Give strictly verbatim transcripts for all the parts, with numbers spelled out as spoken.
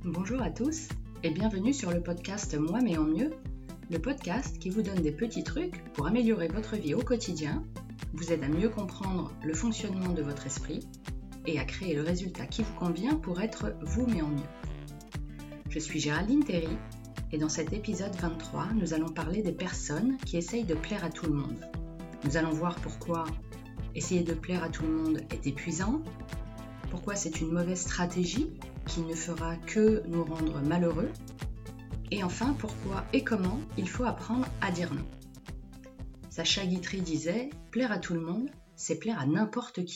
Bonjour à tous et bienvenue sur le podcast Moi mais en mieux, le podcast qui vous donne des petits trucs pour améliorer votre vie au quotidien, vous aide à mieux comprendre le fonctionnement de votre esprit et à créer le résultat qui vous convient pour être vous mais en mieux. Je suis Géraldine Terry et dans cet épisode vingt-trois, nous allons parler des personnes qui essayent de plaire à tout le monde. Nous allons voir pourquoi essayer de plaire à tout le monde est épuisant, pourquoi c'est une mauvaise stratégie qui ne fera que nous rendre malheureux, et enfin pourquoi et comment il faut apprendre à dire non. Sacha Guitry disait « Plaire à tout le monde, c'est plaire à n'importe qui ».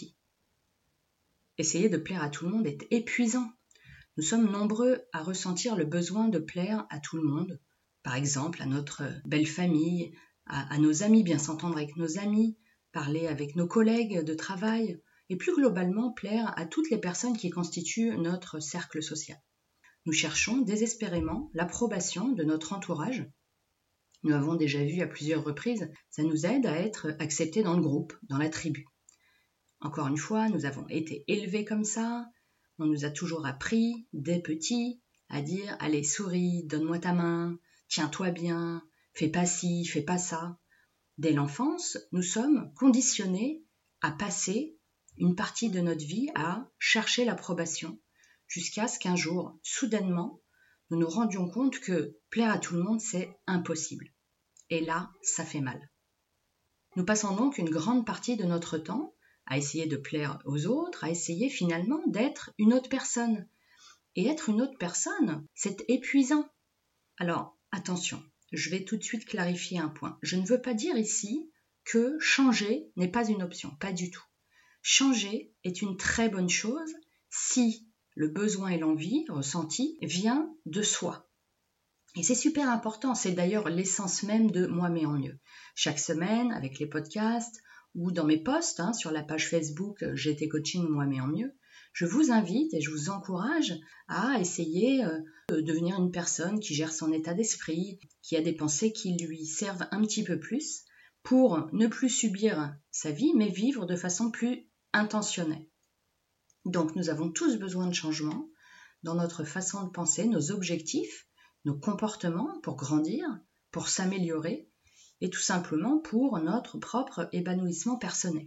Essayer de plaire à tout le monde est épuisant. Nous sommes nombreux à ressentir le besoin de plaire à tout le monde, par exemple à notre belle famille, à, à nos amis, bien s'entendre avec nos amis, parler avec nos collègues de travail, et plus globalement plaire à toutes les personnes qui constituent notre cercle social. Nous cherchons désespérément l'approbation de notre entourage. Nous avons déjà vu à plusieurs reprises, ça nous aide à être acceptés dans le groupe, dans la tribu. Encore une fois, nous avons été élevés comme ça, on nous a toujours appris, dès petits, à dire « Allez, souris, donne-moi ta main, tiens-toi bien, fais pas ci, fais pas ça ». Dès l'enfance, nous sommes conditionnés à passer une partie de notre vie à chercher l'approbation, jusqu'à ce qu'un jour, soudainement, nous nous rendions compte que plaire à tout le monde, c'est impossible. Et là, ça fait mal. Nous passons donc une grande partie de notre temps à essayer de plaire aux autres, à essayer finalement d'être une autre personne. Et être une autre personne, c'est épuisant. Alors, attention, je vais tout de suite clarifier un point. Je ne veux pas dire ici que changer n'est pas une option, pas du tout. Changer est une très bonne chose si le besoin et l'envie ressentie vient de soi. Et c'est super important, c'est d'ailleurs l'essence même de Moi mais en mieux. Chaque semaine, avec les podcasts ou dans mes posts hein, sur la page Facebook G T Coaching Moi mais en mieux, je vous invite et je vous encourage à essayer euh, de devenir une personne qui gère son état d'esprit, qui a des pensées qui lui servent un petit peu plus pour ne plus subir sa vie, mais vivre de façon plus intentionnelle. Donc nous avons tous besoin de changement dans notre façon de penser, nos objectifs, nos comportements pour grandir, pour s'améliorer et tout simplement pour notre propre épanouissement personnel.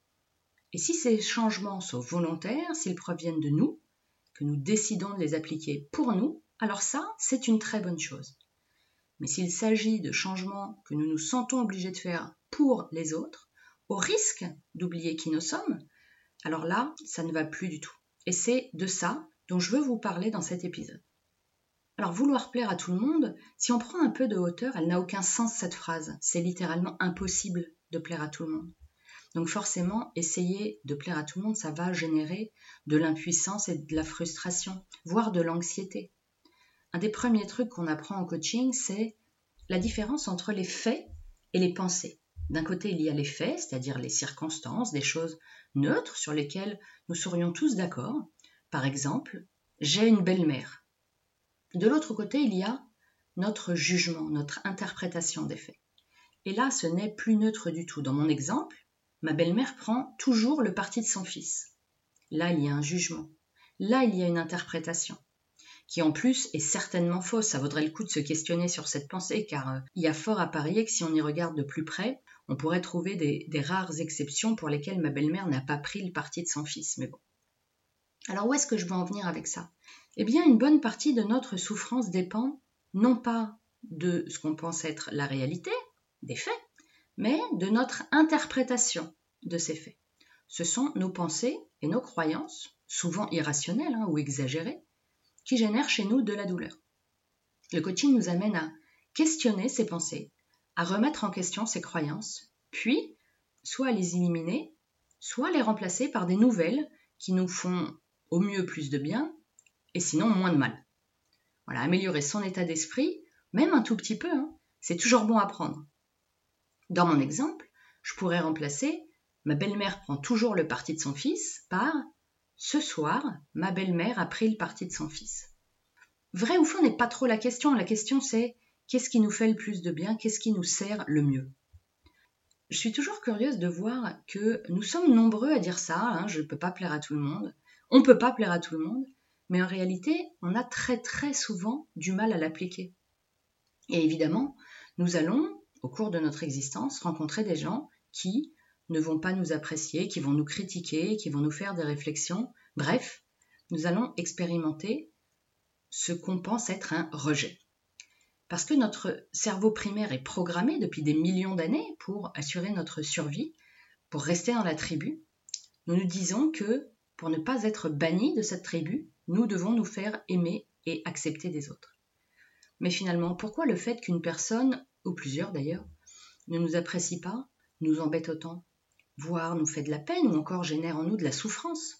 Et si ces changements sont volontaires, s'ils proviennent de nous, que nous décidons de les appliquer pour nous, alors ça, c'est une très bonne chose. Mais s'il s'agit de changements que nous nous sentons obligés de faire pour les autres, au risque d'oublier qui nous sommes, alors là, ça ne va plus du tout. Et c'est de ça dont je veux vous parler dans cet épisode. Alors, vouloir plaire à tout le monde, si on prend un peu de hauteur, elle n'a aucun sens cette phrase. C'est littéralement impossible de plaire à tout le monde. Donc forcément, essayer de plaire à tout le monde, ça va générer de l'impuissance et de la frustration, voire de l'anxiété. Un des premiers trucs qu'on apprend en coaching, c'est la différence entre les faits et les pensées. D'un côté, il y a les faits, c'est-à-dire les circonstances, des choses neutres sur lesquelles nous serions tous d'accord. Par exemple, j'ai une belle-mère. De l'autre côté, il y a notre jugement, notre interprétation des faits. Et là, ce n'est plus neutre du tout. Dans mon exemple, ma belle-mère prend toujours le parti de son fils. Là, il y a un jugement. Là, il y a une interprétation, qui en plus est certainement fausse. Ça vaudrait le coup de se questionner sur cette pensée, car euh, il y a fort à parier que si on y regarde de plus près, on pourrait trouver des, des rares exceptions pour lesquelles ma belle-mère n'a pas pris le parti de son fils. Mais bon. Alors où est-ce que je veux en venir avec ça ? Eh bien, une bonne partie de notre souffrance dépend non pas de ce qu'on pense être la réalité, des faits, mais de notre interprétation de ces faits. Ce sont nos pensées et nos croyances, souvent irrationnelles hein, ou exagérées, qui génèrent chez nous de la douleur. Le coaching nous amène à questionner ces pensées, à remettre en question ces croyances, puis soit à les éliminer, soit à les remplacer par des nouvelles qui nous font au mieux plus de bien, et sinon moins de mal. Voilà, améliorer son état d'esprit, même un tout petit peu, hein, c'est toujours bon à prendre. Dans mon exemple, je pourrais remplacer « ma belle-mère prend toujours le parti de son fils » par « ce soir, ma belle-mère a pris le parti de son fils ». Vrai ou faux n'est pas trop la question, la question c'est qu'est-ce qui nous fait le plus de bien, qu'est-ce qui nous sert le mieux. Je suis toujours curieuse de voir que nous sommes nombreux à dire ça, hein, je ne peux pas plaire à tout le monde, on ne peut pas plaire à tout le monde, mais en réalité, on a très très souvent du mal à l'appliquer. Et évidemment, nous allons, au cours de notre existence, rencontrer des gens qui ne vont pas nous apprécier, qui vont nous critiquer, qui vont nous faire des réflexions. Bref, nous allons expérimenter ce qu'on pense être un rejet. Parce que notre cerveau primaire est programmé depuis des millions d'années pour assurer notre survie, pour rester dans la tribu. Nous nous disons que pour ne pas être bannis de cette tribu, nous devons nous faire aimer et accepter des autres. Mais finalement, pourquoi le fait qu'une personne, ou plusieurs d'ailleurs, ne nous apprécie pas, nous embête autant, voire nous fait de la peine ou encore génère en nous de la souffrance?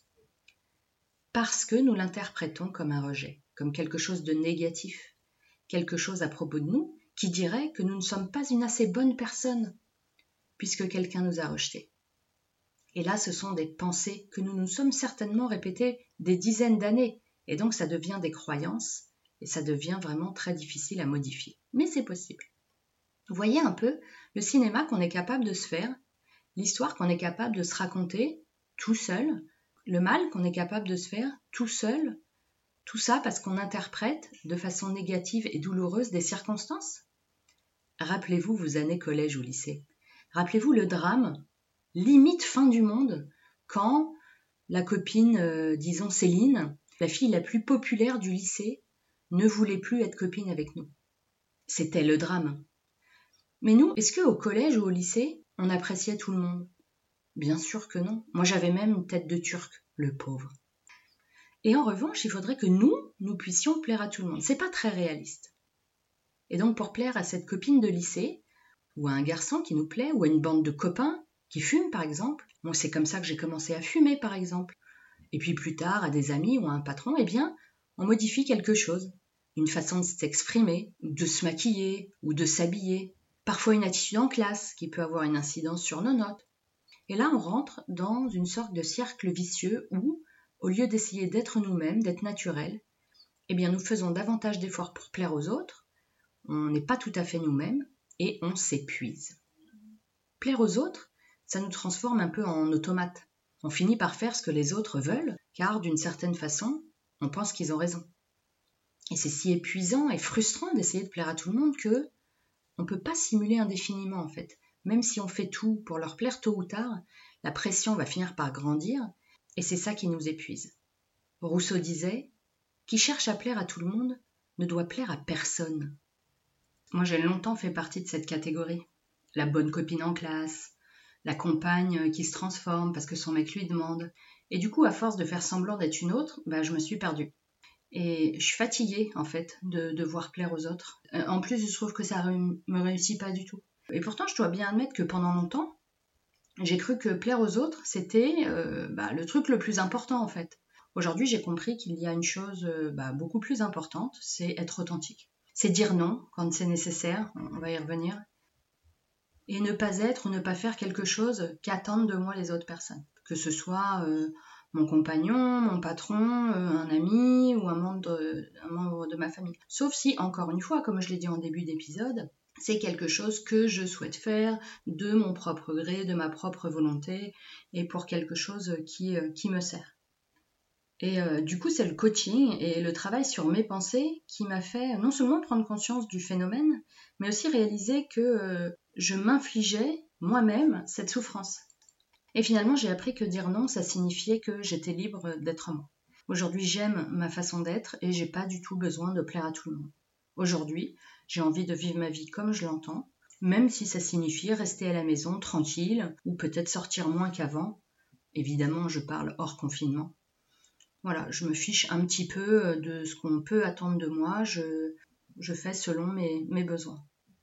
Parce que nous l'interprétons comme un rejet, comme quelque chose de négatif. Quelque chose à propos de nous qui dirait que nous ne sommes pas une assez bonne personne puisque quelqu'un nous a rejetés. Et là, ce sont des pensées que nous nous sommes certainement répétées des dizaines d'années et donc ça devient des croyances et ça devient vraiment très difficile à modifier. Mais c'est possible. Vous voyez un peu le cinéma qu'on est capable de se faire, l'histoire qu'on est capable de se raconter tout seul, le mal qu'on est capable de se faire tout seul. Tout ça parce qu'on interprète de façon négative et douloureuse des circonstances. Rappelez-vous vos années collège ou lycée. Rappelez-vous le drame, limite fin du monde, quand la copine, euh, disons Céline, la fille la plus populaire du lycée, ne voulait plus être copine avec nous. C'était le drame. Mais nous, est-ce qu'au collège ou au lycée, on appréciait tout le monde? Bien sûr que non. Moi, j'avais même une tête de turc, le pauvre. Et en revanche, il faudrait que nous, nous puissions plaire à tout le monde. C'est pas très réaliste. Et donc, pour plaire à cette copine de lycée, ou à un garçon qui nous plaît, ou à une bande de copains qui fument, par exemple, moi, c'est comme ça que j'ai commencé à fumer, par exemple. Et puis plus tard, à des amis ou à un patron, eh bien, on modifie quelque chose. Une façon de s'exprimer, de se maquiller, ou de s'habiller. Parfois une attitude en classe qui peut avoir une incidence sur nos notes. Et là, on rentre dans une sorte de cercle vicieux où, au lieu d'essayer d'être nous-mêmes, d'être naturels, eh bien nous faisons davantage d'efforts pour plaire aux autres, on n'est pas tout à fait nous-mêmes et on s'épuise. Plaire aux autres, ça nous transforme un peu en automate. On finit par faire ce que les autres veulent, car d'une certaine façon, on pense qu'ils ont raison. Et c'est si épuisant et frustrant d'essayer de plaire à tout le monde que on ne peut pas simuler indéfiniment en fait. Même si on fait tout pour leur plaire tôt ou tard, la pression va finir par grandir. Et c'est ça qui nous épuise. Rousseau disait « Qui cherche à plaire à tout le monde ne doit plaire à personne ». Moi, j'ai longtemps fait partie de cette catégorie. La bonne copine en classe, la compagne qui se transforme parce que son mec lui demande. Et du coup, à force de faire semblant d'être une autre, bah, je me suis perdue. Et je suis fatiguée, en fait, de devoir plaire aux autres. Euh, en plus, je trouve que ça ne me réussit pas du tout. Et pourtant, je dois bien admettre que pendant longtemps, j'ai cru que plaire aux autres, c'était euh, bah, le truc le plus important en fait. Aujourd'hui, j'ai compris qu'il y a une chose euh, bah, beaucoup plus importante, c'est être authentique. C'est dire non quand c'est nécessaire, on va y revenir. Et ne pas être ou ne pas faire quelque chose qu'attendent de moi les autres personnes. Que ce soit euh, mon compagnon, mon patron, euh, un ami ou un membre, de, un membre de ma famille. Sauf si, encore une fois, comme je l'ai dit en début d'épisode, c'est quelque chose que je souhaite faire de mon propre gré, de ma propre volonté et pour quelque chose qui, euh, qui me sert. Et euh, du coup, c'est le coaching et le travail sur mes pensées qui m'a fait non seulement prendre conscience du phénomène, mais aussi réaliser que euh, je m'infligeais moi-même cette souffrance. Et finalement, j'ai appris que dire non, ça signifiait que j'étais libre d'être moi. Aujourd'hui, j'aime ma façon d'être et j'ai pas du tout besoin de plaire à tout le monde. Aujourd'hui, j'ai envie de vivre ma vie comme je l'entends, même si ça signifie rester à la maison tranquille ou peut-être sortir moins qu'avant. Évidemment, je parle hors confinement. Voilà, je me fiche un petit peu de ce qu'on peut attendre de moi, je, je fais selon mes, mes besoins.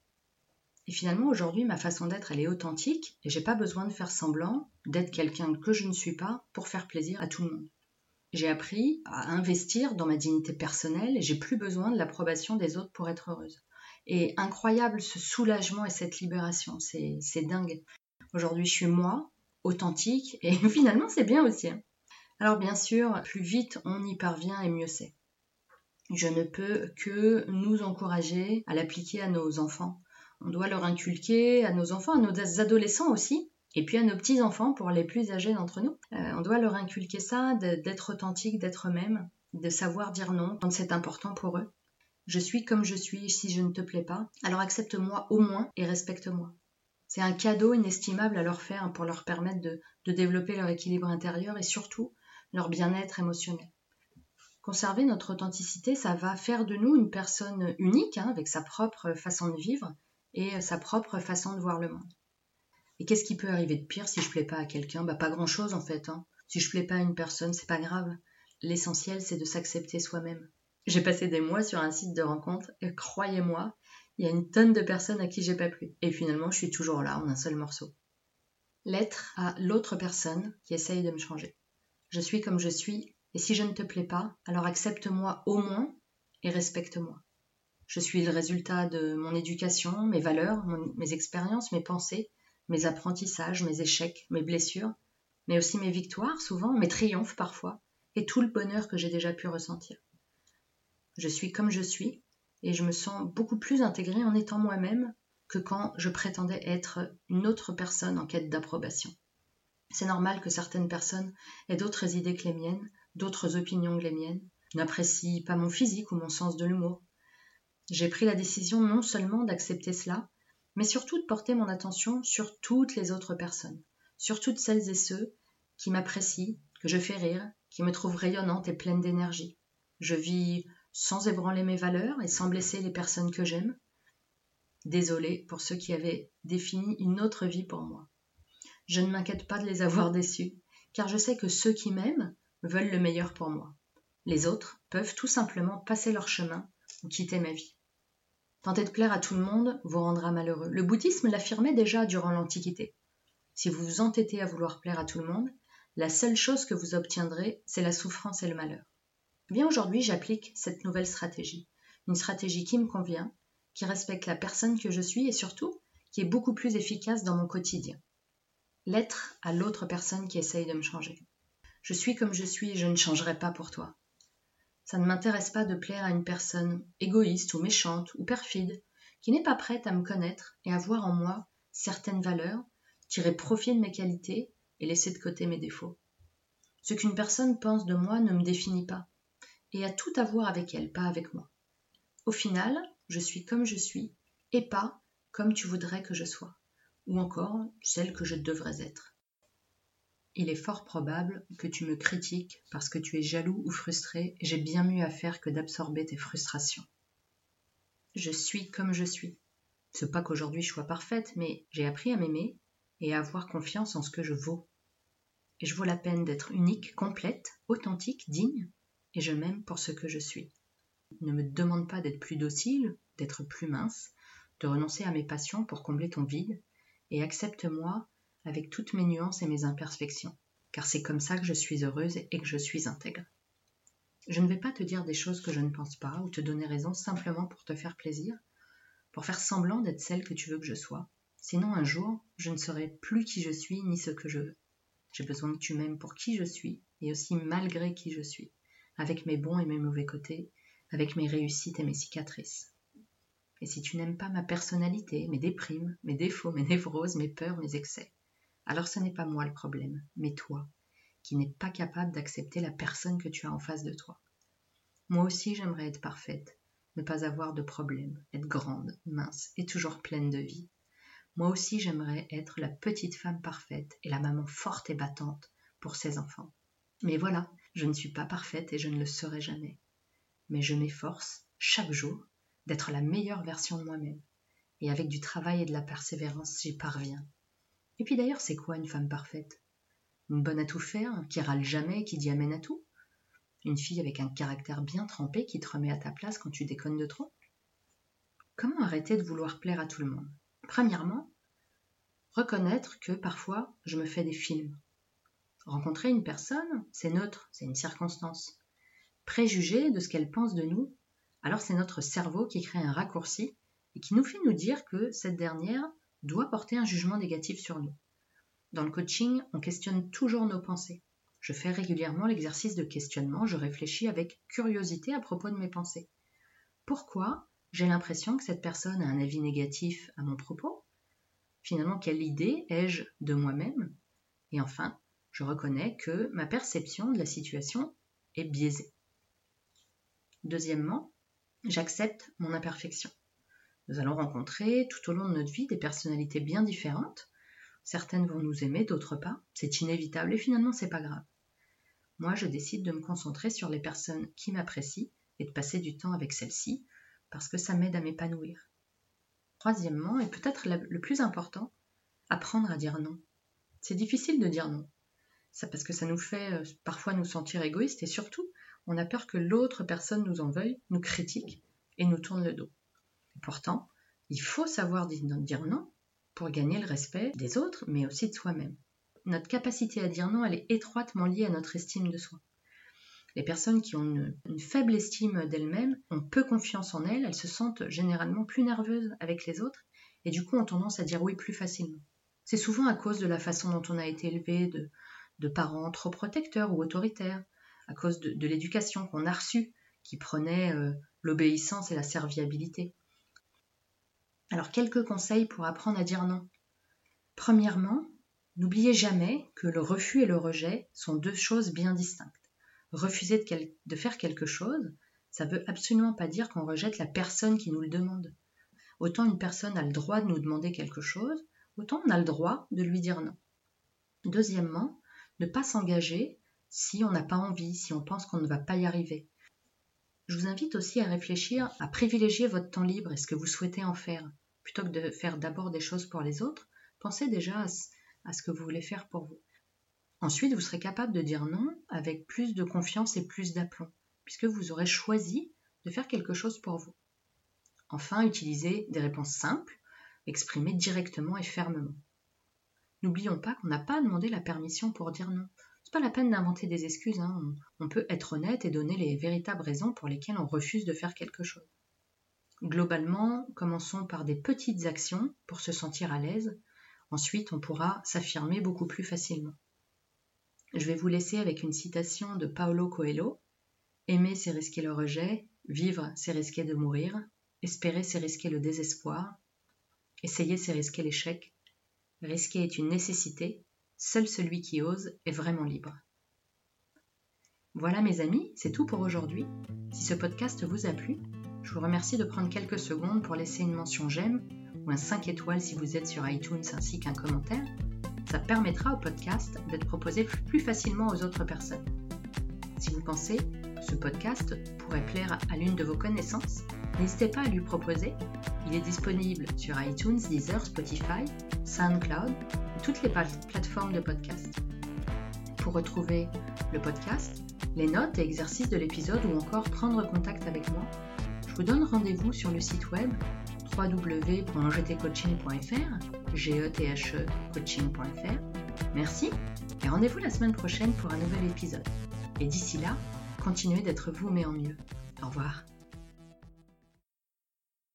Et finalement, aujourd'hui, ma façon d'être, elle est authentique et j'ai pas besoin de faire semblant d'être quelqu'un que je ne suis pas pour faire plaisir à tout le monde. J'ai appris à investir dans ma dignité personnelle et j'ai plus besoin de l'approbation des autres pour être heureuse. Et incroyable ce soulagement et cette libération, c'est, c'est dingue. Aujourd'hui, je suis moi, authentique, et finalement, c'est bien aussi. Hein. Alors bien sûr, plus vite on y parvient et mieux c'est. Je ne peux que nous encourager à l'appliquer à nos enfants. On doit leur inculquer à nos enfants, à nos adolescents aussi, et puis à nos petits-enfants pour les plus âgés d'entre nous. Euh, on doit leur inculquer ça, d'être authentique, d'être eux-mêmes. de savoir dire non quand c'est important pour eux. Je suis comme je suis, si je ne te plais pas, alors accepte-moi au moins et respecte-moi. C'est un cadeau inestimable à leur faire pour leur permettre de, de développer leur équilibre intérieur et surtout leur bien-être émotionnel. Conserver notre authenticité, ça va faire de nous une personne unique, hein, avec sa propre façon de vivre et sa propre façon de voir le monde. Et qu'est-ce qui peut arriver de pire si je plais pas à quelqu'un ? Bah pas grand-chose en fait. Hein. Si je plais pas à une personne, c'est pas grave. L'essentiel, c'est de s'accepter soi-même. J'ai passé des mois sur un site de rencontre et croyez-moi, il y a une tonne de personnes à qui j'ai pas plu. Et finalement, je suis toujours là en un seul morceau. L'être à l'autre personne qui essaye de me changer. Je suis comme je suis, et si je ne te plais pas, alors accepte-moi au moins et respecte-moi. Je suis le résultat de mon éducation, mes valeurs, mon, mes expériences, mes pensées, mes apprentissages, mes échecs, mes blessures, mais aussi mes victoires souvent, mes triomphes parfois, et tout le bonheur que j'ai déjà pu ressentir. Je suis comme je suis, et je me sens beaucoup plus intégrée en étant moi-même que quand je prétendais être une autre personne en quête d'approbation. C'est normal que certaines personnes aient d'autres idées que les miennes, d'autres opinions que les miennes, n'apprécient pas mon physique ou mon sens de l'humour. J'ai pris la décision non seulement d'accepter cela, mais surtout de porter mon attention sur toutes les autres personnes, sur toutes celles et ceux qui m'apprécient, que je fais rire, qui me trouvent rayonnante et pleine d'énergie. Je vis sans ébranler mes valeurs et sans blesser les personnes que j'aime. Désolée pour ceux qui avaient défini une autre vie pour moi. Je ne m'inquiète pas de les avoir déçus, car je sais que ceux qui m'aiment veulent le meilleur pour moi. Les autres peuvent tout simplement passer leur chemin ou quitter ma vie. Tenter de plaire à tout le monde vous rendra malheureux. Le bouddhisme l'affirmait déjà durant l'Antiquité. Si vous vous entêtez à vouloir plaire à tout le monde, la seule chose que vous obtiendrez, c'est la souffrance et le malheur. Eh bien aujourd'hui, j'applique cette nouvelle stratégie. Une stratégie qui me convient, qui respecte la personne que je suis et surtout, qui est beaucoup plus efficace dans mon quotidien. L'être à l'autre personne qui essaye de me changer. Je suis comme je suis et je ne changerai pas pour toi. Ça ne m'intéresse pas de plaire à une personne égoïste ou méchante ou perfide, qui n'est pas prête à me connaître et à voir en moi certaines valeurs, tirer profit de mes qualités et laisser de côté mes défauts. Ce qu'une personne pense de moi ne me définit pas, et a tout à voir avec elle, pas avec moi. Au final, je suis comme je suis, et pas comme tu voudrais que je sois, ou encore celle que je devrais être. Il est fort probable que tu me critiques parce que tu es jaloux ou frustré et j'ai bien mieux à faire que d'absorber tes frustrations. Je suis comme je suis. C'est pas qu'aujourd'hui je sois parfaite, mais j'ai appris à m'aimer et à avoir confiance en ce que je vaux. Et je vaux la peine d'être unique, complète, authentique, digne, et je m'aime pour ce que je suis. Ne me demande pas d'être plus docile, d'être plus mince, de renoncer à mes passions pour combler ton vide, et accepte-moi avec toutes mes nuances et mes imperfections, car c'est comme ça que je suis heureuse et que je suis intègre. Je ne vais pas te dire des choses que je ne pense pas ou te donner raison simplement pour te faire plaisir, pour faire semblant d'être celle que tu veux que je sois. Sinon un jour, je ne serai plus qui je suis ni ce que je veux. J'ai besoin que tu m'aimes pour qui je suis et aussi malgré qui je suis, avec mes bons et mes mauvais côtés, avec mes réussites et mes cicatrices. Et si tu n'aimes pas ma personnalité, mes déprimes, mes défauts, mes névroses, mes peurs, mes excès, alors ce n'est pas moi le problème, mais toi, qui n'es pas capable d'accepter la personne que tu as en face de toi. Moi aussi j'aimerais être parfaite, ne pas avoir de problème, être grande, mince et toujours pleine de vie. Moi aussi j'aimerais être la petite femme parfaite et la maman forte et battante pour ses enfants. Mais voilà, je ne suis pas parfaite et je ne le serai jamais. Mais je m'efforce, chaque jour, d'être la meilleure version de moi-même. Et avec du travail et de la persévérance, j'y parviens. Et puis d'ailleurs, c'est quoi une femme parfaite ? Une bonne à tout faire, qui râle jamais et qui dit amène à tout ? Une fille avec un caractère bien trempé qui te remet à ta place quand tu déconnes de trop ? Comment arrêter de vouloir plaire à tout le monde ? Premièrement, reconnaître que parfois, je me fais des films. Rencontrer une personne, c'est neutre, c'est une circonstance. Préjuger de ce qu'elle pense de nous, alors c'est notre cerveau qui crée un raccourci et qui nous fait nous dire que cette dernière doit porter un jugement négatif sur nous. Dans le coaching, on questionne toujours nos pensées. Je fais régulièrement l'exercice de questionnement, je réfléchis avec curiosité à propos de mes pensées. Pourquoi j'ai l'impression que cette personne a un avis négatif à mon propos ? Finalement, quelle idée ai-je de moi-même ? Et enfin, je reconnais que ma perception de la situation est biaisée. Deuxièmement, j'accepte mon imperfection. Nous allons rencontrer tout au long de notre vie des personnalités bien différentes. Certaines vont nous aimer, d'autres pas. C'est inévitable et finalement, c'est pas grave. Moi, je décide de me concentrer sur les personnes qui m'apprécient et de passer du temps avec celles-ci parce que ça m'aide à m'épanouir. Troisièmement, et peut-être le plus important, apprendre à dire non. C'est difficile de dire non. C'est parce que ça nous fait euh, parfois nous sentir égoïstes et surtout, on a peur que l'autre personne nous en veuille, nous critique et nous tourne le dos. Et pourtant, il faut savoir dire non pour gagner le respect des autres, mais aussi de soi-même. Notre capacité à dire non, elle est étroitement liée à notre estime de soi. Les personnes qui ont une, une faible estime d'elles-mêmes ont peu confiance en elles, elles se sentent généralement plus nerveuses avec les autres et du coup ont tendance à dire oui plus facilement. C'est souvent à cause de la façon dont on a été élevé, de, de parents trop protecteurs ou autoritaires, à cause de, de l'éducation qu'on a reçue, qui prenait euh, l'obéissance et la serviabilité. Alors, quelques conseils pour apprendre à dire non. Premièrement, n'oubliez jamais que le refus et le rejet sont deux choses bien distinctes. Refuser de, quel- de faire quelque chose, ça ne veut absolument pas dire qu'on rejette la personne qui nous le demande. Autant une personne a le droit de nous demander quelque chose, autant on a le droit de lui dire non. Deuxièmement, ne pas s'engager si on n'a pas envie, si on pense qu'on ne va pas y arriver. Je vous invite aussi à réfléchir, à privilégier votre temps libre et ce que vous souhaitez en faire. Plutôt que de faire d'abord des choses pour les autres, pensez déjà à ce, à ce que vous voulez faire pour vous. Ensuite, vous serez capable de dire non avec plus de confiance et plus d'aplomb, puisque vous aurez choisi de faire quelque chose pour vous. Enfin, utilisez des réponses simples, exprimées directement et fermement. N'oublions pas qu'on n'a pas à demander la permission pour dire non. C'est pas la peine d'inventer des excuses, hein. On, on peut être honnête et donner les véritables raisons pour lesquelles on refuse de faire quelque chose. Globalement, commençons par des petites actions pour se sentir à l'aise. Ensuite, on pourra s'affirmer beaucoup plus facilement. Je vais vous laisser avec une citation de Paulo Coelho. Aimer, c'est risquer le rejet. Vivre, c'est risquer de mourir. Espérer, c'est risquer le désespoir. Essayer, c'est risquer l'échec. Risquer est une nécessité. Seul celui qui ose est vraiment libre. Voilà mes amis, c'est tout pour aujourd'hui. Si ce podcast vous a plu, je vous remercie de prendre quelques secondes pour laisser une mention j'aime ou un cinq étoiles si vous êtes sur iTunes ainsi qu'un commentaire. Ça permettra au podcast d'être proposé plus facilement aux autres personnes. Si vous pensez que ce podcast pourrait plaire à l'une de vos connaissances, n'hésitez pas à lui proposer. Il est disponible sur iTunes, Deezer, Spotify, SoundCloud et toutes les plateformes de podcast. Pour retrouver le podcast, les notes et exercices de l'épisode ou encore prendre contact avec moi, je vous donne rendez-vous sur le site web w w w point g t coaching point f r, G E T H E coaching point f r. Merci et rendez-vous la semaine prochaine pour un nouvel épisode. Et d'ici là, continuez d'être vous mais en mieux. Au revoir.